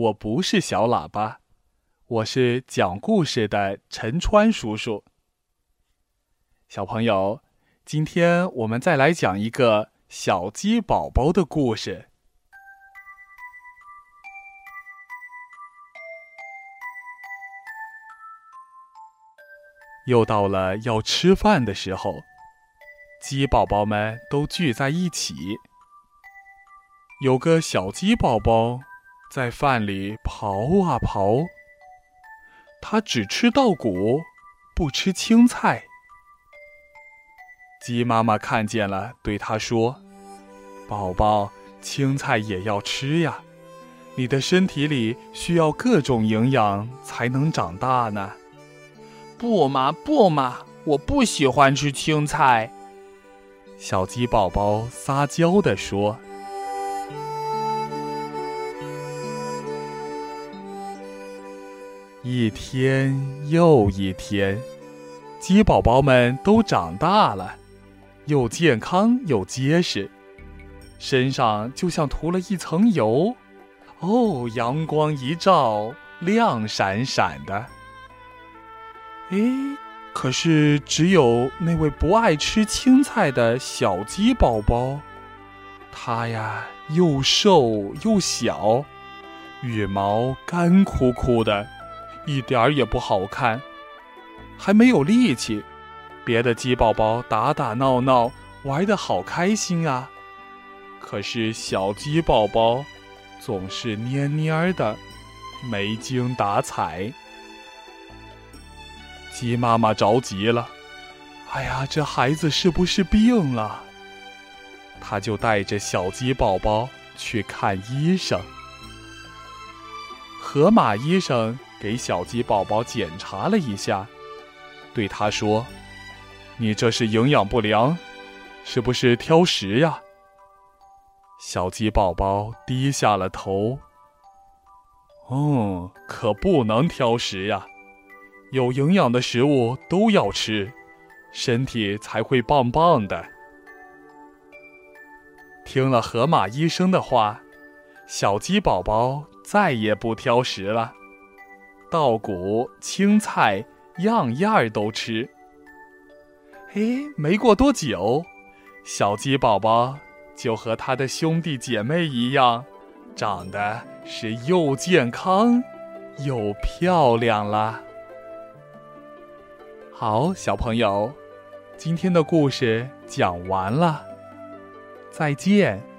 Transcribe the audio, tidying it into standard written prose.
我不是小喇叭，我是讲故事的陈川叔叔。小朋友，今天我们再来讲一个小鸡宝宝的故事。又到了要吃饭的时候，鸡宝宝们都聚在一起。有个小鸡宝宝在饭里刨啊刨，它只吃稻谷，不吃青菜。鸡妈妈看见了，对它说：“宝宝，青菜也要吃呀，你的身体里需要各种营养才能长大呢。”“ 不嘛，我不喜欢吃青菜。” 小鸡宝宝撒娇地说。一天又一天，鸡宝宝们都长大了，又健康又结实，身上就像涂了一层油，阳光一照，亮闪闪的。可是只有那位不爱吃青菜的小鸡宝宝，它呀又瘦又小，羽毛干枯枯的，一点儿也不好看，还没有力气。别的鸡宝宝打打闹闹，玩得好开心啊，可是小鸡宝宝总是蔫蔫的，没精打采。鸡妈妈着急了，这孩子是不是病了？她就带着小鸡宝宝去看医生。河马医生给小鸡宝宝检查了一下，对他说：“你这是营养不良，是不是挑食呀？”小鸡宝宝低下了头。可不能挑食呀，有营养的食物都要吃，身体才会棒棒的。听了河马医生的话，小鸡宝宝再也不挑食了，稻谷、青菜样样都吃。没过多久，小鸡宝宝就和他的兄弟姐妹一样，长得是又健康又漂亮了。好，小朋友，今天的故事讲完了，再见。